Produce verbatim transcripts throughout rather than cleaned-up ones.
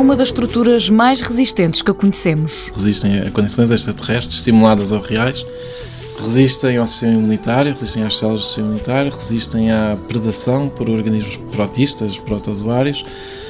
uma das estruturas mais resistentes que conhecemos. Resistem a condições extraterrestres, simuladas ou reais, resistem ao sistema imunitário, resistem às células do sistema imunitário, resistem à predação por organismos protistas, protozoários.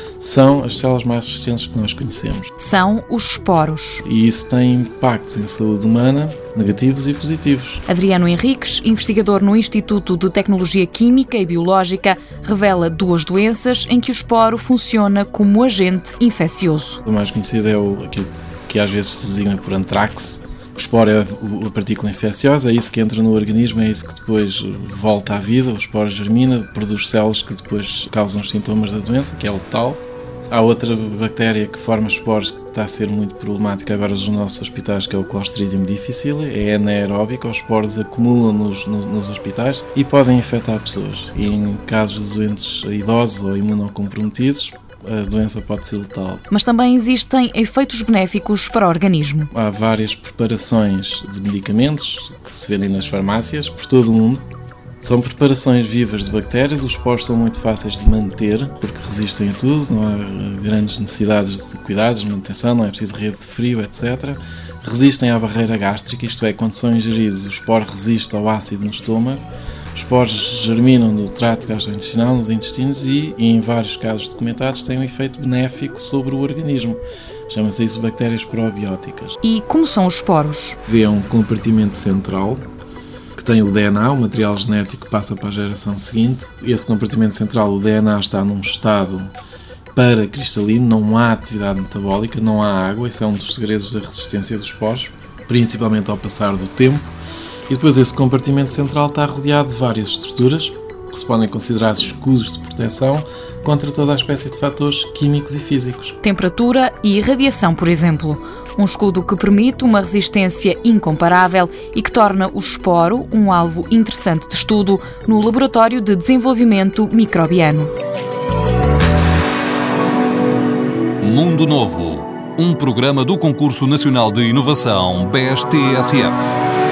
São as células mais resistentes que nós conhecemos. São os esporos. E isso tem impactos em saúde humana, negativos e positivos. Adriano Henriques, investigador no Instituto de Tecnologia Química e Biológica, revela duas doenças em que o esporo funciona como agente infeccioso. O mais conhecido é o, aquilo que às vezes se designa por antrax. O esporo é a partícula infecciosa, é isso que entra no organismo, é isso que depois volta à vida. O esporo germina, produz células que depois causam os sintomas da doença, que é letal. Há outra bactéria que forma esporos que está a ser muito problemática agora nos nossos hospitais, que é o Clostridium difficile, é anaeróbico, os esporos acumulam nos, nos, nos hospitais e podem infectar pessoas. E em casos de doentes idosos ou imunocomprometidos, a doença pode ser letal. Mas também existem efeitos benéficos para o organismo. Há várias preparações de medicamentos que se vendem nas farmácias por todo o mundo. São preparações vivas de bactérias, os esporos são muito fáceis de manter, porque resistem a tudo, não há grandes necessidades de cuidados, de manutenção, não é preciso rede de frio, etcétera. Resistem à barreira gástrica, isto é, quando são ingeridos, o esporo resiste ao ácido no estômago, os esporos germinam no trato gastrointestinal, nos intestinos e, em vários casos documentados, têm um efeito benéfico sobre o organismo. Chama-se isso bactérias probióticas. E como são os esporos? Vê um compartimento central, que tem o D N A, o material genético que passa para a geração seguinte. Esse compartimento central, o D N A, está num estado paracristalino, não há atividade metabólica, não há água. Esse é um dos segredos da resistência dos esporos, principalmente ao passar do tempo. E depois esse compartimento central está rodeado de várias estruturas que se podem considerar escudos de proteção contra toda a espécie de fatores químicos e físicos. Temperatura e radiação, por exemplo. Um escudo que permite uma resistência incomparável e que torna o esporo um alvo interessante de estudo no Laboratório de Desenvolvimento Microbiano. Mundo Novo, um programa do Concurso Nacional de Inovação B E S T S F.